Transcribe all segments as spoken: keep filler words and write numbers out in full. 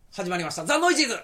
始まりましたザ・ノイジーズ。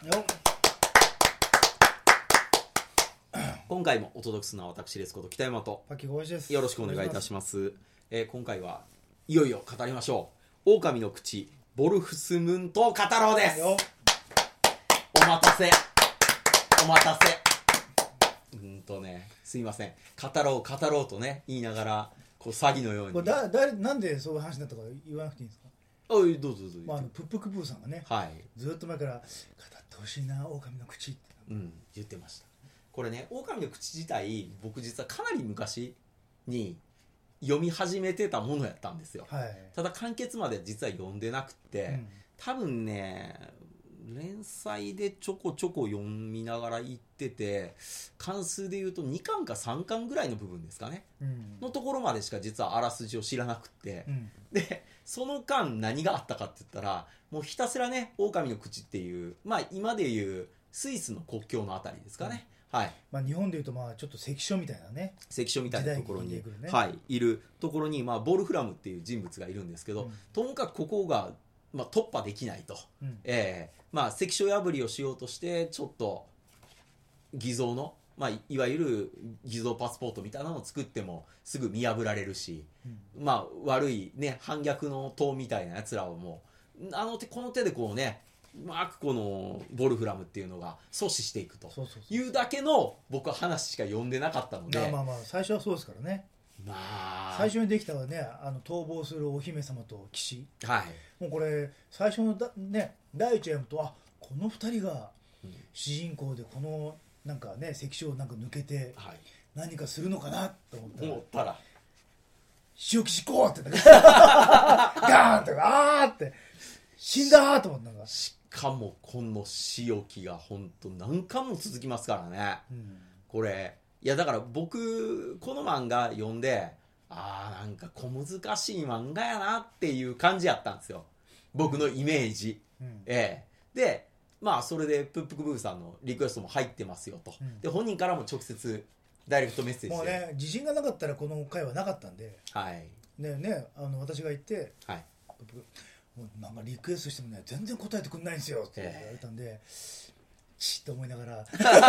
今回もお届けするのは私ですこと北山とパキ小林です。 よろしくお願いいたします。えー、今回はいよいよ語りましょう。狼の口ボルフスムントを語ろうです。お待たせお待たせうんとねすいません語ろう語ろうとね言いながらこう詐欺のようにこれだだなんでそういう話になったか言わなくていいんですか。 あ、どうぞどうぞ、 まあ、あのプップクプーさんがね、 はい、 ずっと前から語ってほしいな狼の口って、 うん、言ってました。これね狼の口自体僕実はかなり昔に読み始めてたものやったんですよ、 はい、 ただ完結まで実は読んでなくて、うん、多分ね連載でちょこちょこ読みながら行ってて関数でいうとにかんかさんかんぐらいの部分ですかね、うん、のところまでしか実はあらすじを知らなくて、うん、でその間何があったかって言ったらもうひたすらね狼の口っていうまあ今でいうスイスの国境のあたりですかね、うん、はい、 まあ、日本でいうとまあちょっと関所みたいなね関所みたいなところに、ね、はい、いるところに、まあ、ボルフラムっていう人物がいるんですけど、うん、ともかくここが、まあ、突破できないと、うん、えーまあ、関所破りをしようとしてちょっと偽造の、まあ、いわゆる偽造パスポートみたいなのを作ってもすぐ見破られるし、うん、まあ、悪い、ね、反逆の党みたいなやつらをもうあの手この手でこうねうまくこのボルフラムっていうのが阻止していくというだけの僕は話しか読んでなかったので、 まあまあ最初はそうですからね、まあ、最初にできたはねあの逃亡するお姫様と騎士、はい、もうこれ最初のだ、ね、第一話とあこのふたりが主人公でこのなんかね関所をなんか抜けて何かするのかなと思ったら、思ったら塩騎士こうってガーンってあーって死んだーと思ったのがしかもこの塩気が本当何巻も続きますからね、うん、これいやだから僕この漫画読んであーなんか小難しい漫画やなっていう感じやったんですよ僕のイメージ、うん、ええでまあそれでプップクブーさんのリクエストも入ってますよと、うん、で本人からも直接ダイレクトメッセージでもうね自信がなかったらこの回はなかったんで、 はいねね、あの私が言って、はい、もうなんかリクエストしてもね全然答えてくんないんですよって言われたんで、えー、チッと思いながら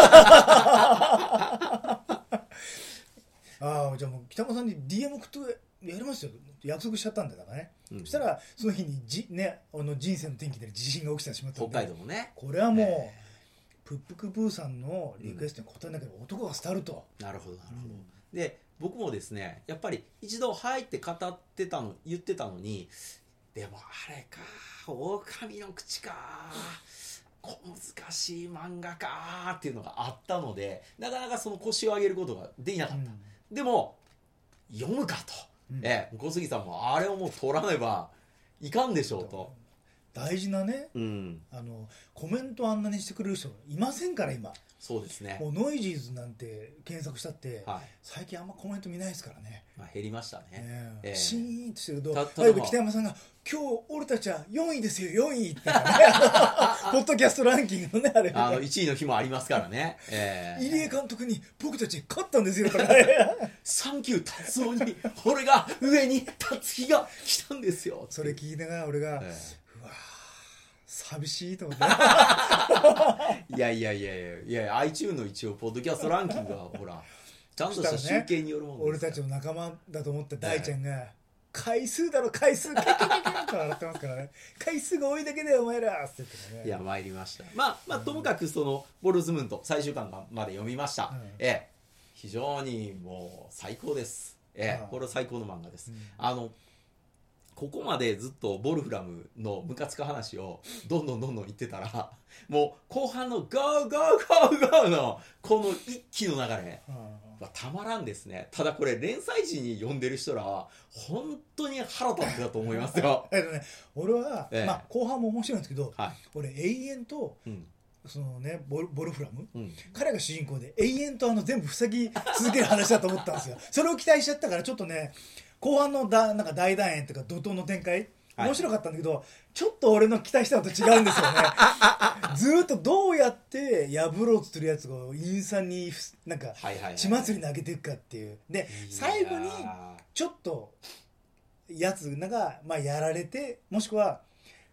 ああじゃあもう北村さんに ディーエム 送ってやりますよ約束しちゃったんだからね、うん、そしたらその日にじ、ね、あの人生の転機で地震が起きてしまったんで北海道もねこれはもう、えー、プップクプーさんのリクエストに答えなければ男が廃ると、 うん、なるほどなるほど、うん、で僕もですねやっぱり一度入って語ってたの言ってたのにでもあれか狼の口か小難しい漫画かっていうのがあったのでなかなかその腰を上げることができなかった、うん、でも読むかと、うんえ小杉さんもあれをもう取らねばいかんでしょうと大事なね、うん、あのコメントあんなにしてくれる人いませんから今そうですねもうノイジーズなんて検索したって、はい、最近あんまコメント見ないですからね、 まあ、減りましたね、ねえー、シーンとしてると例えば北山さんが今日俺たちはよんいですよよんいって、ね、ポッドキャストランキングのねあれあのいちいの日もありますからね、 えー、入江監督に僕たち勝ったんですよとかサンキュー達夫に俺が上に立つ日が来たんですよそれ聞いてな俺が、えー、うわ寂しいと思っていやいやいやいやいや iTunes の一応ポッドキャストランキングはほらちゃんとした集計によるものですから、 ね、俺たちの仲間だと思った大ちゃんが、はい、回数だろ回数ケケケケと笑ってますからね回数が多いだけでお前らって言ってねいや参りましたまあまあともかくそのボルズムント最終巻まで読みました、うん、え非常にもう最高ですえこれは最高の漫画です、うん、あのここまでずっとボルフラムのムカつく話をどんどんどんどん言ってたらもう後半のゴーゴーゴーゴーのこの一気の流れはたまらんですねただこれ連載時に読んでる人らは本当に腹立ってたと思いますよえっとね俺は、ええまあ、後半も面白いんですけど、はい、俺永遠と、うんそのね、ボル、ボルフラム、うん、彼が主人公で永遠とあの全部塞ぎ続ける話だと思ったんですよそれを期待しちゃったからちょっとね後半のだなんか大団円とか怒涛の展開面白かったんだけど、はい、ちょっと俺の期待したのと違うんですよねずーっとどうやって破ろうとするやつをインサになんか血祭りに上げていくかっていうで最後にちょっとやつが、まあ、やられてもしくは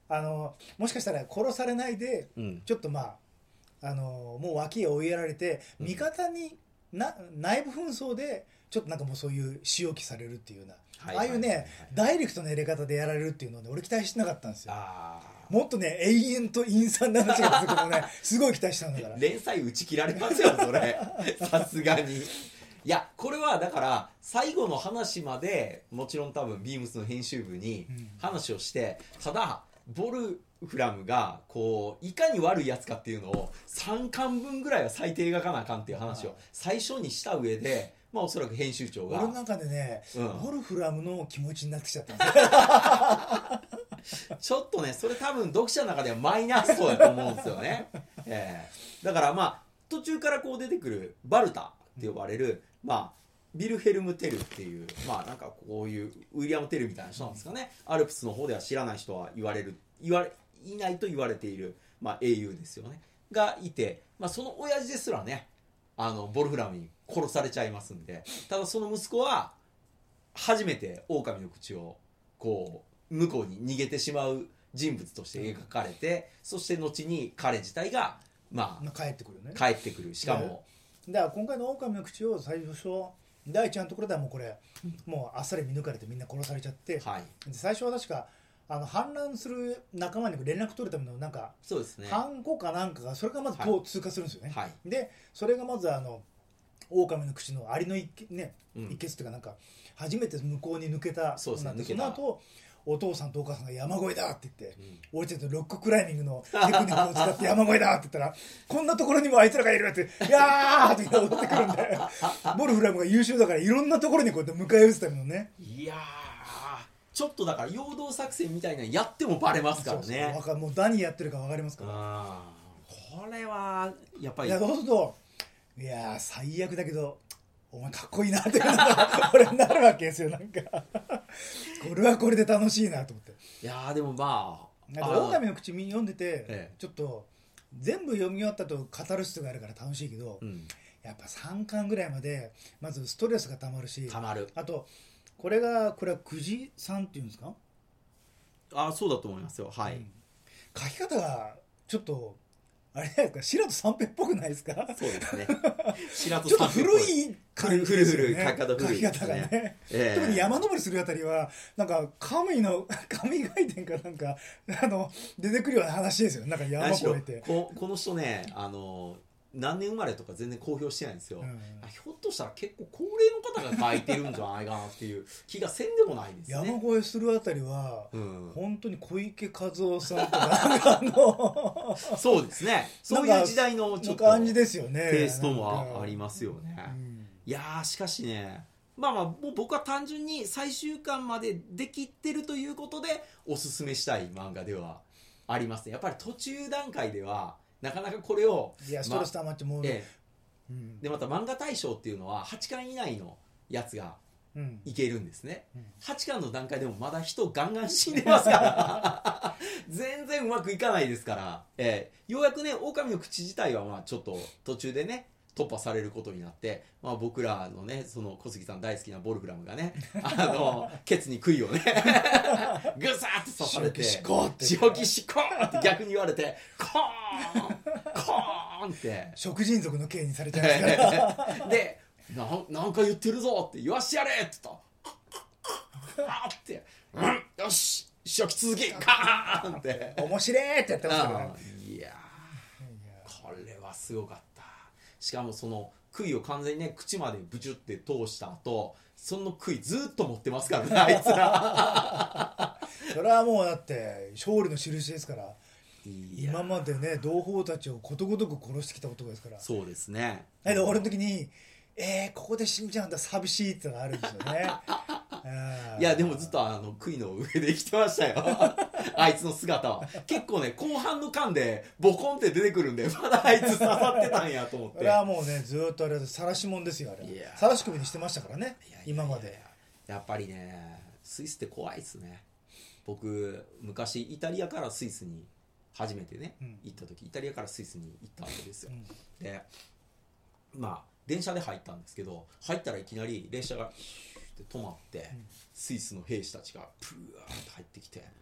あのもしかしたら殺されないで、うん、ちょっとまああのもう脇へ追いやられて、うん、味方にな内部紛争でちょっとなんかもうそういう仕置きされるっていうような、はいはいはいはい、ああいうねダイレクトな入れ方でやられるっていうのをね俺期待してなかったんですよ。あもっとね永遠と陰惨な話が続くのねすごい期待したんだから連載打ち切られますよそれさすがに。いやこれはだから最後の話までもちろん多分ビームスの編集部に話をして、うん、ただボルフラムがこういかに悪いやつかっていうのをさんかんぶんぐらいは最低描かなあかんっていう話を最初にした上で、まあおそらく編集長が俺の中でね、うん、ボルフラムの気持ちになってきちゃったんですよちょっとねそれ多分読者の中ではマイナス層だと思うんですよね、えー、だからまあ途中からこう出てくるバルタって呼ばれる、うん、まあビルヘルム・テルっていうまあなんかこういうウィリアム・テルみたいな人なんですかね、うん、アルプスの方では知らない人は言われる言われいないと言われている、まあ、英雄ですよねがいて、まあ、その親父ですらねあのボルフラムに殺されちゃいますんで、ただその息子は初めて狼の口をこう向こうに逃げてしまう人物として描かれて、うん、そして後に彼自体が、まあ、 帰ってくるね帰ってくるしかもだから今回の狼の口を最初第一話のところではもうこれ、うん、もうあっさり見抜かれてみんな殺されちゃって、はい、で最初は確かあの反乱する仲間に連絡取るためのなんかそうですねハンコかなんかがそれがまずこう、はい、通過するんですよね、はい、でそれがまずあの狼の口のアリの一血、ねうん、一血っていうかなんか初めて向こうに抜けたそうですね、 その後お父さんとお母さんが山越えだって言って、うん、俺ちょっとロッククライミングのテクニックを使って山越えだって言ったらこんなところにもあいつらがいるっていやーって言って踊ってくるんでボルフラムが優秀だからいろんなところにこうやって迎え撃つためのねいやーちょっとだから陽動作戦みたいなのやってもバレますからね。そうそうかもう何やってるか分かりますから。 あこれはやっぱりいやそうするといや最悪だけどお前かっこいいなっていうのが俺になるわけですよなんかこれはこれで楽しいなと思って。 いやでもまあなんか狼の口読んでて、ええ、ちょっと全部読み終わったとカタルシスがあるから楽しいけど、うん、やっぱさんかんぐらいまでまずストレスがたまるし、 たまるあとこれがこれはくじさんっていうんですか？ あそうだと思いますよ。はい、うん、 書き方がちょっとあれじゃないですか白と三平っぽくないですか？ そうですね白と三平っぽいちょっと古い感じですよね。 古い書き方古いですね。 書き方がね、えー、特に山登りするあたりはなんか神の神外伝かなんかあの出てくるような話ですよ。なんか山越えてこ, この人ねあの何年生まれとか全然公表してないんですよ、うん、ひょっとしたら結構高齢の方が書いてるんじゃないかなっていう気がせんでもないですね。 山越えするあたりは、うん、本当に小池和夫さんとかあのそうですねそういう時代のちょっと感じですよね。 テイストもありますよね、うん、いやーしかしねまあまあもう僕は単純に最終巻までできてるということでおすすめしたい漫画ではありますね。やっぱり途中段階ではなかなかこれをいやストレス溜まってもう、ええうん、でまた漫画大賞っていうのははちかん以内のやつがいけるんですね、うん、はちかんの段階でもまだ人ガンガン死んでますから全然うまくいかないですから、ええ、ようやくね狼の口自体はまあちょっと途中でね突破されることになって、まあ、僕らのねその小杉さん大好きなボルフラムがねあのケツに杭をねグサッと刺されてしこってしほきしこって逆に言われてコーンコーンって食人族の刑にされちゃいますからで な, なんか言ってるぞって言わしてやれって言ったあって、うん、よししほき続きカーンって面白いってやってますからね。 いやこれはすごかった。しかもその杭を完全にね口までブチュって通した後その杭ずっと持ってますからねあいつらそれはもうだって勝利の印ですから今までね同胞たちをことごとく殺してきた男ですから。 そうですね。 で俺の時にえー、ここで死んじゃうんだ寂しいってのがあるんですよねいやでもずっとあの杭の上で生きてましたよあいつの姿は結構ね後半の巻でボコンって出てくるんでまだあいつ刺さってたんやと思ってこれはもうねずっとあれ晒しもんですよあれ晒し首にしてましたからね今まで。 やっぱりねスイスって怖いっすね。僕昔イタリアからスイスに初めてね、うん、行った時イタリアからスイスに行ったわけですよ、うん、でまあ電車で入ったんですけど入ったらいきなり列車が止まって、うん、スイスの兵士たちがプーって入ってきて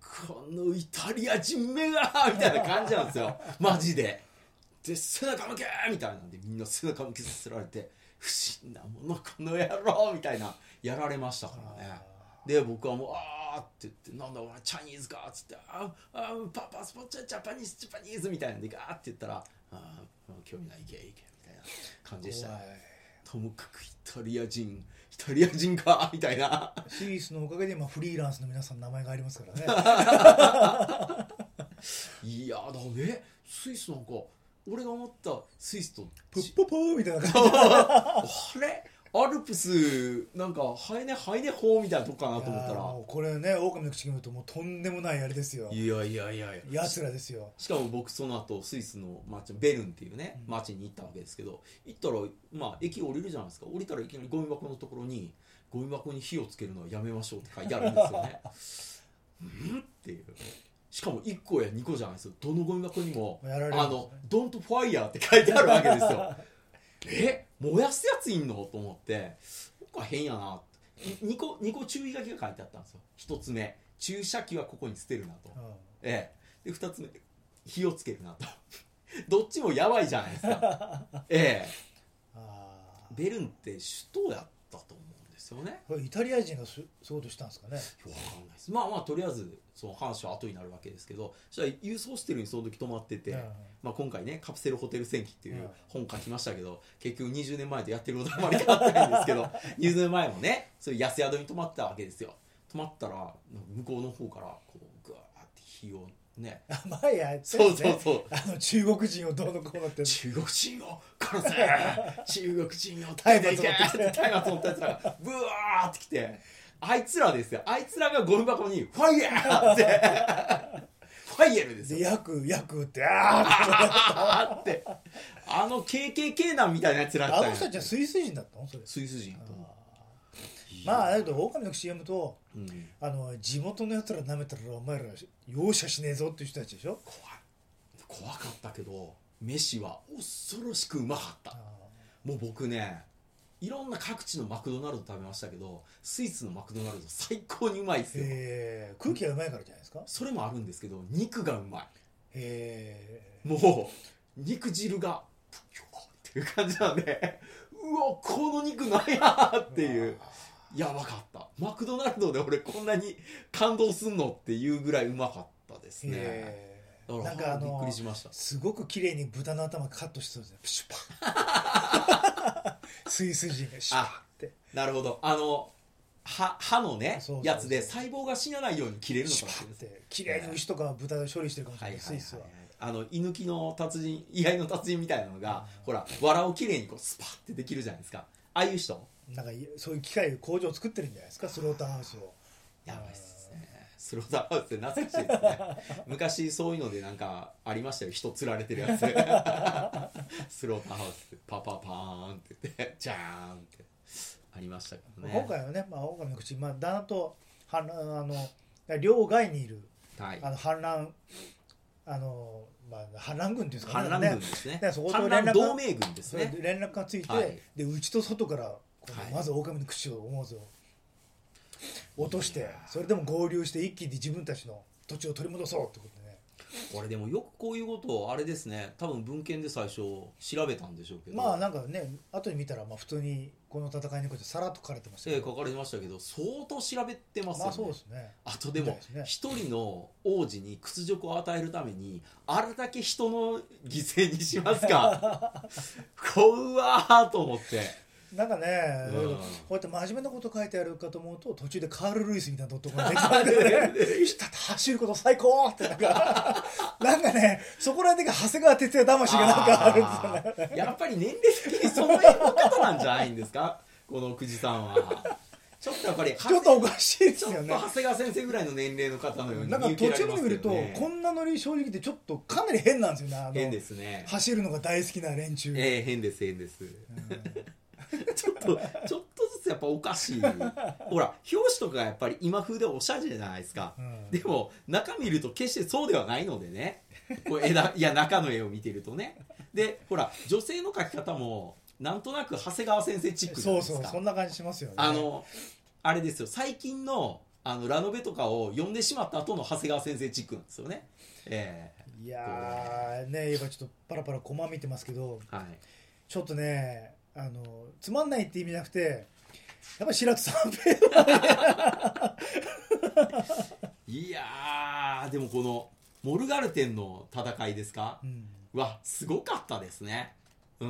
このイタリア人めがみたいな感じなんですよマジで。で背中向けみたいなんでみんな背中向けさせられて、不審なものこの野郎みたいなやられましたからね。で僕はもうあーって言って、なんだお前チャイニーズかっつって、ああパパスポッチャジャパニーズジャパニーズみたいなんでガーって言ったら、あ興味ないいけいけみたいな感じでしたね。ともかくイタリア人イタリア人かみたいな。 スイスのおかげで今フリーランスの皆さん名前がありますからねいやだね、スイスなんか俺が思ったスイスとプッポポーみたいな感じあれアルプスなんかハイネハイネホーみたいなとこかなと思ったら、 もうこれね狼の口が見るともうとんでもないあれですよ。 いやいやいやいややつらですよ。 しかも僕その後スイスの町ベルンっていうね、うん、町に行ったわけですけど、行ったらまあ駅降りるじゃないですか。降りたらいきなりゴミ箱のところにゴミ箱に火をつけるのはやめましょうって書いてあるんですよねうんっていう。しかもいっこやにこじゃないですよ。どのゴミ箱にも、ね、あのドントファイヤーって書いてあるわけですよえ燃やすやついんのと思って、なんか変やな。にこ、にこ注意書きが書いてあったんですよ。ひとつめ、注射器はここに捨てるなと、うん、ええ、でふたつめ、火をつけるなとどっちもやばいじゃないですかええ、あベルンって首都やったと思うんですよね。 これイタリア人がそういうことしたんですかね。 分かんないです。まあまあとりあえずその話は後になるわけですけど、そしたら郵送してるにその時泊まってて、うん、まあ、今回ねカプセルホテル戦記っていう本書きましたけど、結局にじゅうねんまえとやってることはあまり変わってないんですけどにじゅうねんまえもねそういう安宿に泊まったわけですよ。泊まったら向こうの方からこうグワーって火をね、 あ前やってるね、そうそうそう、 あの中国人をどうのこうのって中国人を殺せ中国人を手でいけってタイマー持ったやつらがブワーってきて、あいつらですよ、あいつらがゴミ箱にファイヤーってファイエルですよ。 でヤクヤクってあーってあの ケーケーケー 団みたいなやつらだった。 あの人たちはスイス人だったのそれ。 スイス人とまあだけど狼の シーエム と、うん、あの地元のやつら舐めたらお前ら容赦しねえぞっていう人たちでしょ。 怖い怖かったけど飯は恐ろしくうまかった。もう僕ねいろんな各地のマクドナルド食べましたけど、スイスのマクドナルド最高にうまいですよ。 へ空気がうまいからじゃないですか。 それもあるんですけど肉がうまい。 へもう肉汁がプキョっていう感じなんでうわこの肉なんやっていうやばかった。マクドナルドで俺こんなに感動すんのっていうぐらいうまかったですね。だからなんかあのびっくりしました。 すごく綺麗に豚の頭カットしてそうですね。プシュパスイス人がシュッって。 なるほど。あの歯, 歯のねそうそうそうやつで細胞が死なないように切れるのかもしれないです。 綺麗に牛とか豚で処理してるかもしれない。スイスは。 あの居抜きの達人、居合の達人みたいなのが、うん、ほら藁をきれいにこうスパッてできるじゃないですか。ああいう人なんかそういう機械工場を作ってるんじゃないですか。スローターハウスを。 やばいっすね。スローターハウスって懐かしいですね昔そういうのでなんかありましたよ。人釣られてるやつスローターハウスってパパパーンって言ってジャーンってありましたけどね。 今回はね、まあ、狼の口、まあ、だなと反乱あの両外にいる、はい、あの反乱あの、まあ、反乱軍っていうんですかね。 反乱軍ですね。 そこ反乱同盟軍ですね。 連絡がついて、はい、で内と外からこうまず狼の口を思わず落として、それでも合流して一気に自分たちの土地を取り戻そうってことでね。 これでもよくこういうことをあれですね、多分文献で最初調べたんでしょうけど、 まあなんかね後に見たらまあ普通にこの戦いのことさらっと書かれてましたけど、 えー、書かれてましたけど相当調べてますよね。 まあそうですね。 あとでも一人の王子に屈辱を与えるためにあれだけ人の犠牲にしますかこうわーと思ってなんかね、うん、こうやって真面目なこと書いてあるかと思うと途中でカール・ルイスみたいなドットが出てくるね走ること最高ってなんかなんかねそこら辺で長谷川哲也魂がなんかあるんですよね。 やっぱり年齢的にその辺の方なんじゃないんですかこの久慈さんは。ちょっとやっぱりちょっとおかしいですよね。 長谷川先生ぐらいの年齢の方のようになんか途中で見るとこんなノリ正直ってちょっとかなり変なんですよね。あの変ですね。 走るのが大好きな連中。 えー、変です変です。ちょっとちょっとずつやっぱおかしい。ほら表紙とかがやっぱり今風でおしゃれじゃないですか、うん、でも中見ると決してそうではないのでねこう枝いや中の絵を見てるとね。でほら女性の描き方もなんとなく長谷川先生チックじゃないですか。 そうそうそんな感じしますよね。 あのあれですよ最近のあのラノベとかを読んでしまった後の長谷川先生チックなんですよね。えー、いやーね、今ちょっとパラパラコマ見てますけど、はい、ちょっとねあのつまんないって意味じゃなくてやっぱり白土三平いやーでもこのモルガルテンの戦いですか、うん、わすごかったですね。うん、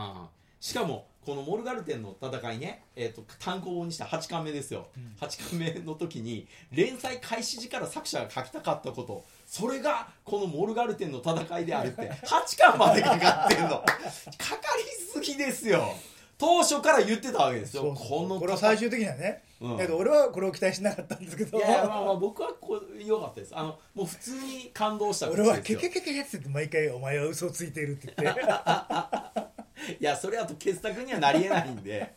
しかもこのモルガルテンの戦いね、えー、と単行本にしたはちかんめですよ、うん、はちかんめの時に連載開始時から作者が書きたかったこと、それがこのモルガルテンの戦いであるってはちかんまでかかってんのかかりすぎですよ。当初から言ってたわけですよ。 そうそうこのこれは最終的にはね、うん、俺はこれを期待しなかったんですけど、 いやまあまあ僕はこう良かったです。あのもう普通に感動したことですよ。 俺はケケケケケって言って毎回お前は嘘をついているって言っていやそれだと傑作にはなりえないんで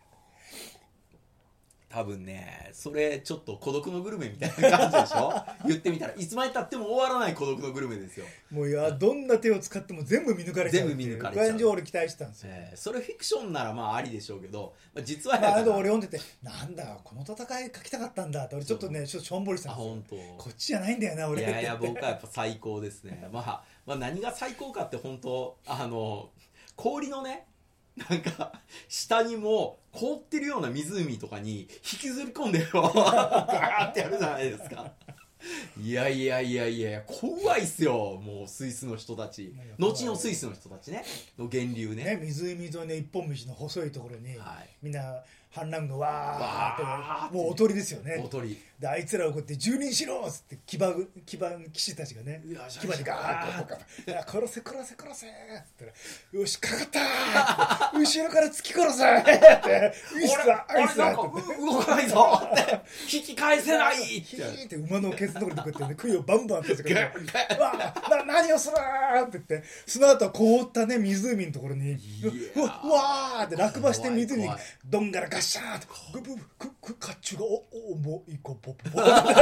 多分ねそれちょっと孤独のグルメみたいな感じでしょ言ってみたらいつまでたっても終わらない孤独のグルメですよ。 もういやどんな手を使っても全部見抜かれちゃう。全部見抜かれちゃう。俺期待してたんですよ、 えー、それフィクションならまあありでしょうけど、まあ、実はまあ、あの俺読んでてなんだこの戦い書きたかったんだって俺ちょっとねちょっとしょんぼりしたんですよ。こっちじゃないんだよな俺。 いやいや僕はやっぱ最高ですねまあ、まあ何が最高かって本当あの氷のねなんか下にも凍ってるような湖とかに引きずり込んでガーってやるじゃないですか。いやいやいやいや怖いっすよ。もうスイスの人たち後のスイスの人たちねの源流 ね, ね湖沿いの一本道の細いところに、はい、みんな反乱がわーってもうおとりですよね。 おとりであいつらをこうやって蹂躙しろっつって騎馬騎馬騎士たちがね騎馬でガーッと殺せ殺せ殺せっつったらよしかかったー後ろから突き殺せってういっさあいっさって動かないぞって引き返せないってヒーって馬のケツのところでこうやって、ね、杭をバンバン当ててわな何をするーって言ってその後は凍ったね湖のところにうわうわーって落馬して湖にどんがらガッシャーってグブブク甲冑がおおもう一個ポッポッ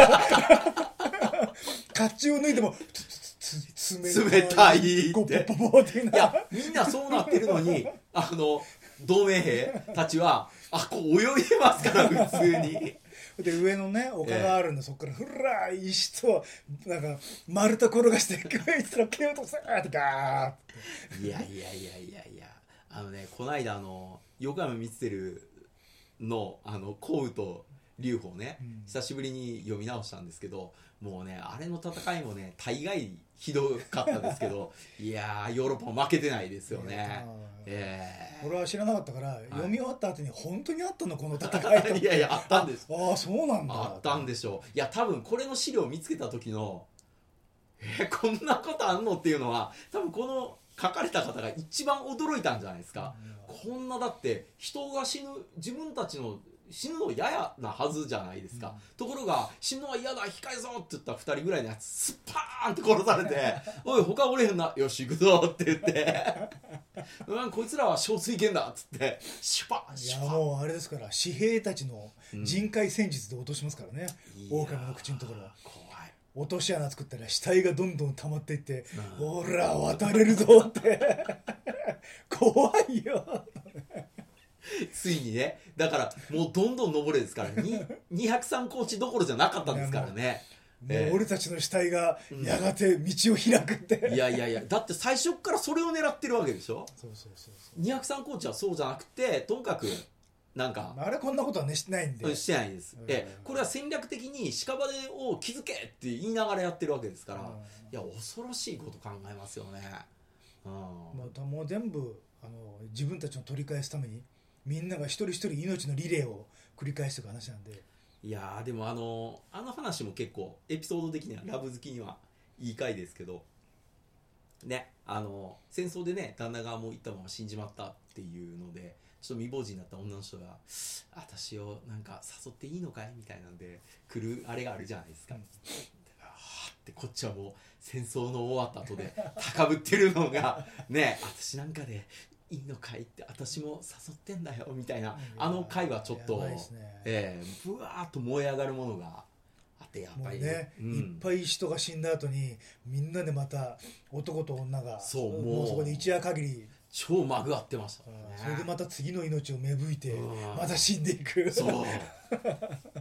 甲冑を脱いでも冷たいっていやみんなそうなってるのにあの同盟兵たちはあこう泳いでますから普通にで上のね丘があるんで、えー、そこからふらー石となんか丸太転がしてこいつら蹴落とせーってガーっていやいやいやいやいやあのねこの間あの横山光輝のあの降雨と劉邦ね、うん、久しぶりに読み直したんですけどもうねあれの戦いもね大概ひどかったですけどいやーヨーロッパも負けてないですよね、 えー、俺は知らなかったから、はい、読み終わった後に本当にあったのこの戦いいやいやあったんです。 ああそうなんだあったんでしょう。いや多分これの資料を見つけた時のえー、こんなことあんのっていうのは多分この書かれた方が一番驚いたんじゃないですか、うん、こんなだって人が死ぬ自分たちの死ぬの嫌やなはずじゃないですか、うん、ところが死ぬのは嫌だ控えぞって言ったふたりぐらいのやつスパーンって殺されておい他おれへんなよし行くぞって言ってうんこいつらは小水剣だっつってシュパッシュパッいやもうあれですから紙幣たちの人海戦術で落としますからね、うん、狼の口のところは怖い落とし穴作ったら死体がどんどん溜まっていって、うん、ほら渡れるぞって怖いよついにねだからもうどんどん登れですからにひゃくさんコーチどころじゃなかったんですからね。 もう俺たちの死体がやがて道を開くって、 うん、いやいやいやだって最初からそれを狙ってるわけでしょ。そうそうそうそうにひゃくさんコーチはそうじゃなくてとにかくなんかあれこんなことはねしてないんでしてないです、うん、えこれは戦略的に屍を築けって言いながらやってるわけですから、うん、いや恐ろしいこと考えますよね、 うんまあ、もう全部あの自分たちの取り返すためにみんなが一人一人命のリレーを繰り返していく話なんでいやでもあのあの話も結構エピソード的にはラブ好きにはいい回ですけどねあの戦争でね旦那がもう行ったまま死んじまったっていうのでちょっと未亡人になった女の人が私をなんか誘っていいのかいみたいなので来るあれがあるじゃないですか、うん、あってこっちはもう戦争の終わった後で高ぶってるのがね私なんかでいいのかいって私も誘ってんだよみたいなあの回はちょっと、ねえー、ぶわーっと燃え上がるものがあってやっぱりね、うん、いっぱい人が死んだ後にみんなでまた男と女がそうもうそこで一夜限り超まぐわってました、ね、 それでまた次の命を芽吹いてまた死んでいくそうい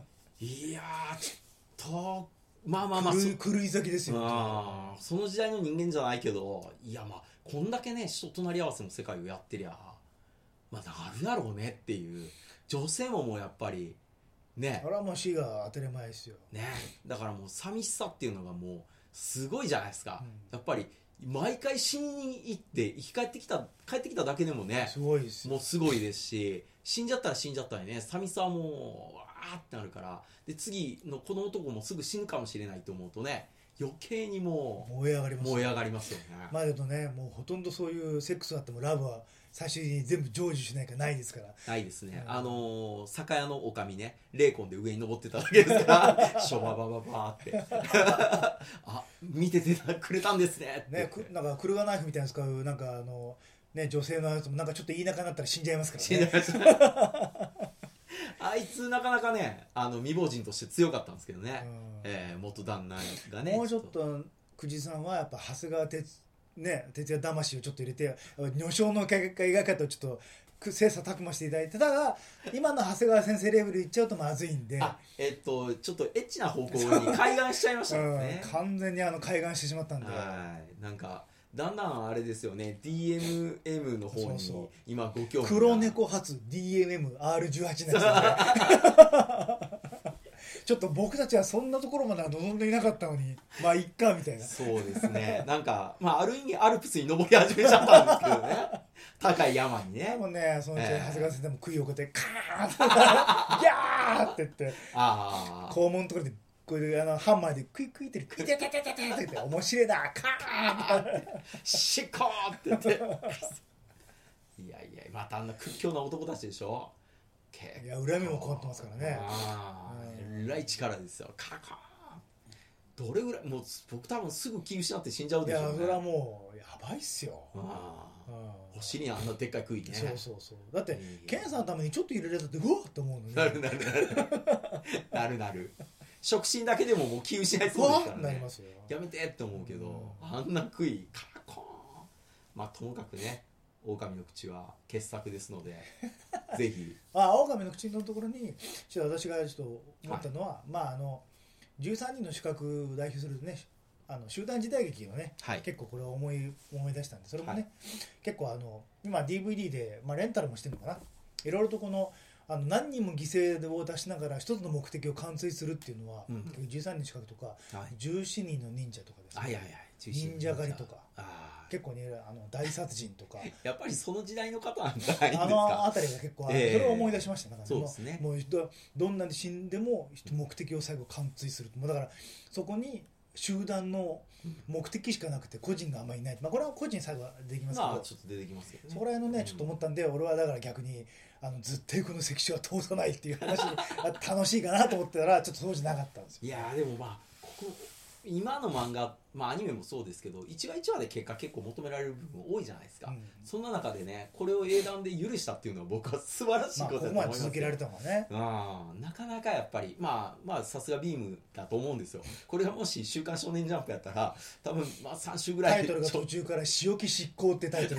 いやーちょっとまあまあまあ狂い咲きですよ。 あその時代の人間じゃないけど、いやまあこんだけね人となり合わせの世界をやってりゃまあなるだろうねっていう。女性ももうやっぱりね、 あれはもう死が当たり前ですよね。だからもう寂しさっていうのがもうすごいじゃないですか、うん、やっぱり毎回死に行って生き返ってきた帰ってきただけでもねすごいですよ。 もうすごいですし、死んじゃったら死んじゃったらね寂しさはもうわーってなるから、で次のこの男もすぐ死ぬかもしれないと思うとね余計にもう燃え上がります、 ね、燃え上がりますよね。 まあだとねもうほとんどそういうセックスがあってもラブは最終的に全部成就しないからないですから。 ないですね、うん、あのー、酒屋のおかみね霊魂で上に登ってただけですからショババババーってあ見ててくれたんですねってねくなんかクルガナイフみたいなの使うなんかあの、ね、女性のやつもなんかちょっといい仲になったら死んじゃいますからね。死んじゃいますあいつなかなかねあの未亡人として強かったんですけどね、うんえー、元旦那がねもうちょっと久慈さんはやっぱ長谷川哲ね、徹夜魂をちょっと入れて女性の描き方をちょっと切磋琢磨していただいて、ただ今の長谷川先生レベルいっちゃうとまずいんであ、えっと、ちょっとエッチな方向に開眼しちゃいましたね、 うん、完全にあの開眼してしまったんで、 はいなんかだんだんあれですよね ディーエムエム の方に今ご興味が黒猫発 ディーエムエムアールじゅうはち になっちゃってちょっと僕たちはそんなところまでは望んでいなかったのにまあいっかみたいな。 そうですねなんか、まあ、ある意味アルプスに登り始めちゃったんですけどね高い山にね。 でもねそのうち長谷川先生も杭をこうやってカーンってギャーって言ってあ肛門のところでこれあのハンマーでクイクイってクイっててててててって面白いなカーンってシッコーって言っていやいやまたあんな屈強な男たちでしょ。 いや恨みも変わってますからね。 あえらい力ですよ。カカーどれぐらいもう僕多分すぐ気失って死んじゃうでしょうね。 いやそれはもうやばいっすよ。 あお尻にあんなでっかい杭ね。 そうそうそうだってケンさんのためにちょっと入れられたってうわっと思うのね。 なるなるなるなるなる触診だけでももう気失いそうですからね。 なりますよ。 やめてって思うけど、うん、あんな杭カコーンまあともかくね狼の口は傑作ですのでぜひあ狼の口のところにちょっと私がちょっと思ったのは、はい、まああのじゅうさんにんの資格を代表するねあの集団時代劇をね、はい、結構これを思い思い出したんでそれもね、はい、結構あの今 ディーブイディー で、まあ、レンタルもしてるのかないろいろとこのあの何人も犠牲を出しながら一つの目的を完遂するっていうのは、うん、じゅうさんにんの資格とか、はい、じゅうななにんの忍者とかですね、はいはいはい、忍者狩りとか結構ねあの大殺人とかやっぱりその時代の方なんじゃないですか。 あのあたりが結構ある、えー、それを思い出しました。なんか、ね、 そうですね、 もうどんなに死んでも目的を最後完遂する、もうだからそこに集団の目的しかなくて個人があんまりいない、まあ、これは個人最後は出てきますけど、まあ、 ちょっと出てきますけどね、 そこら辺のねちょっと思ったんで、うん、俺はだから逆にあの絶対この関所は通さないっていう話楽しいかなと思ってたらちょっとそうじゃなかったんですよ。 いやでもまあここ今の漫画、まあ、アニメもそうですけど一話一話で結果結構求められる部分多いじゃないですか、うん、そんな中でねこれを英断で許したっていうのは僕は素晴らしいことだと思いますよ。まあ、ここまで続けられたもんね、うん、なかなかやっぱりまあまあさすがビームだと思うんですよ。これがもし週刊少年ジャンプやったら多分まあさん週ぐらいタイトルが途中から仕置き執行ってタイトル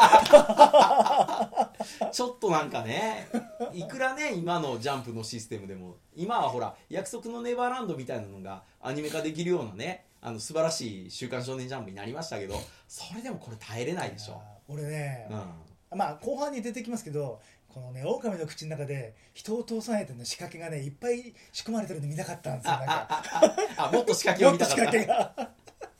ちょっとなんかねいくらね今のジャンプのシステムでも今はほら約束のネバーランドみたいなのがアニメ化できるようなねあの素晴らしい週刊少年ジャンプになりましたけどそれでもこれ耐えれないでしょ。 俺ね、うん、まあ後半に出てきますけどこのね狼の口の中で人を通さないとの仕掛けがねいっぱい仕組まれてるの見なかったんですよ。なんかあああもっと仕掛けを見たかった。もっと仕掛けが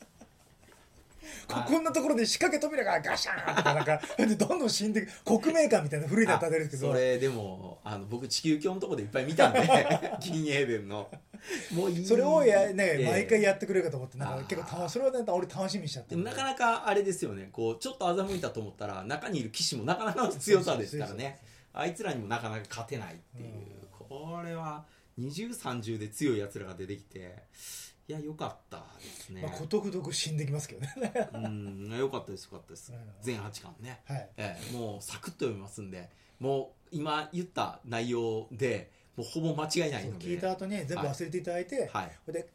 こんなところで仕掛け扉がガシャーンとかなんかどんどん死んで国名館みたいな古いの立てるけどそれでもあの僕地球鏡のところでいっぱい見たんで銀英伝のもういいそれをや、ねえー、毎回やってくれるかと思ってなんか結構それは、ね、俺楽しみにしちゃった。 なかなかあれですよねこうちょっと欺いたと思ったら中にいる騎士もなかなかの強さですからねあいつらにもなかなか勝てないっていう、うん、これはにじゅうさんじゅうで強いやつらが出てきていや良かったですね。 まあ、ことごとく死んできますけどねうん良かったです良かったです、うん、全はちかんね、はいえー、もうサクッと読みますんでもう今言った内容でもうほぼ間違いないので聞いた後に全部忘れていただいて、はい、これで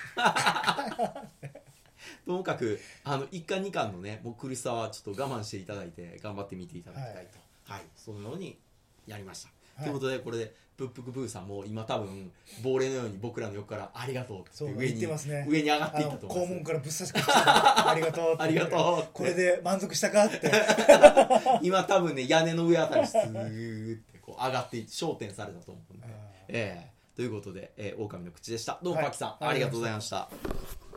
ともかくあのいっかんにかんのねもう苦しさはちょっと我慢していただいて頑張ってみていただきたいと、はいはい、そのようにやりました。 ということでこれでプップクブーさんも今多分亡霊のように僕らの横からありがとうって上に、ね、上に上がっていったと思います。 肛門からぶっ刺してありがとうってありがとうこれで満足したかって今多分ね屋根の上あたりスーってこう上がっていって焦点されたと思うんで、えー、ということで、えー、狼の口でした。どうもパキさん、はい、ありがとうございました。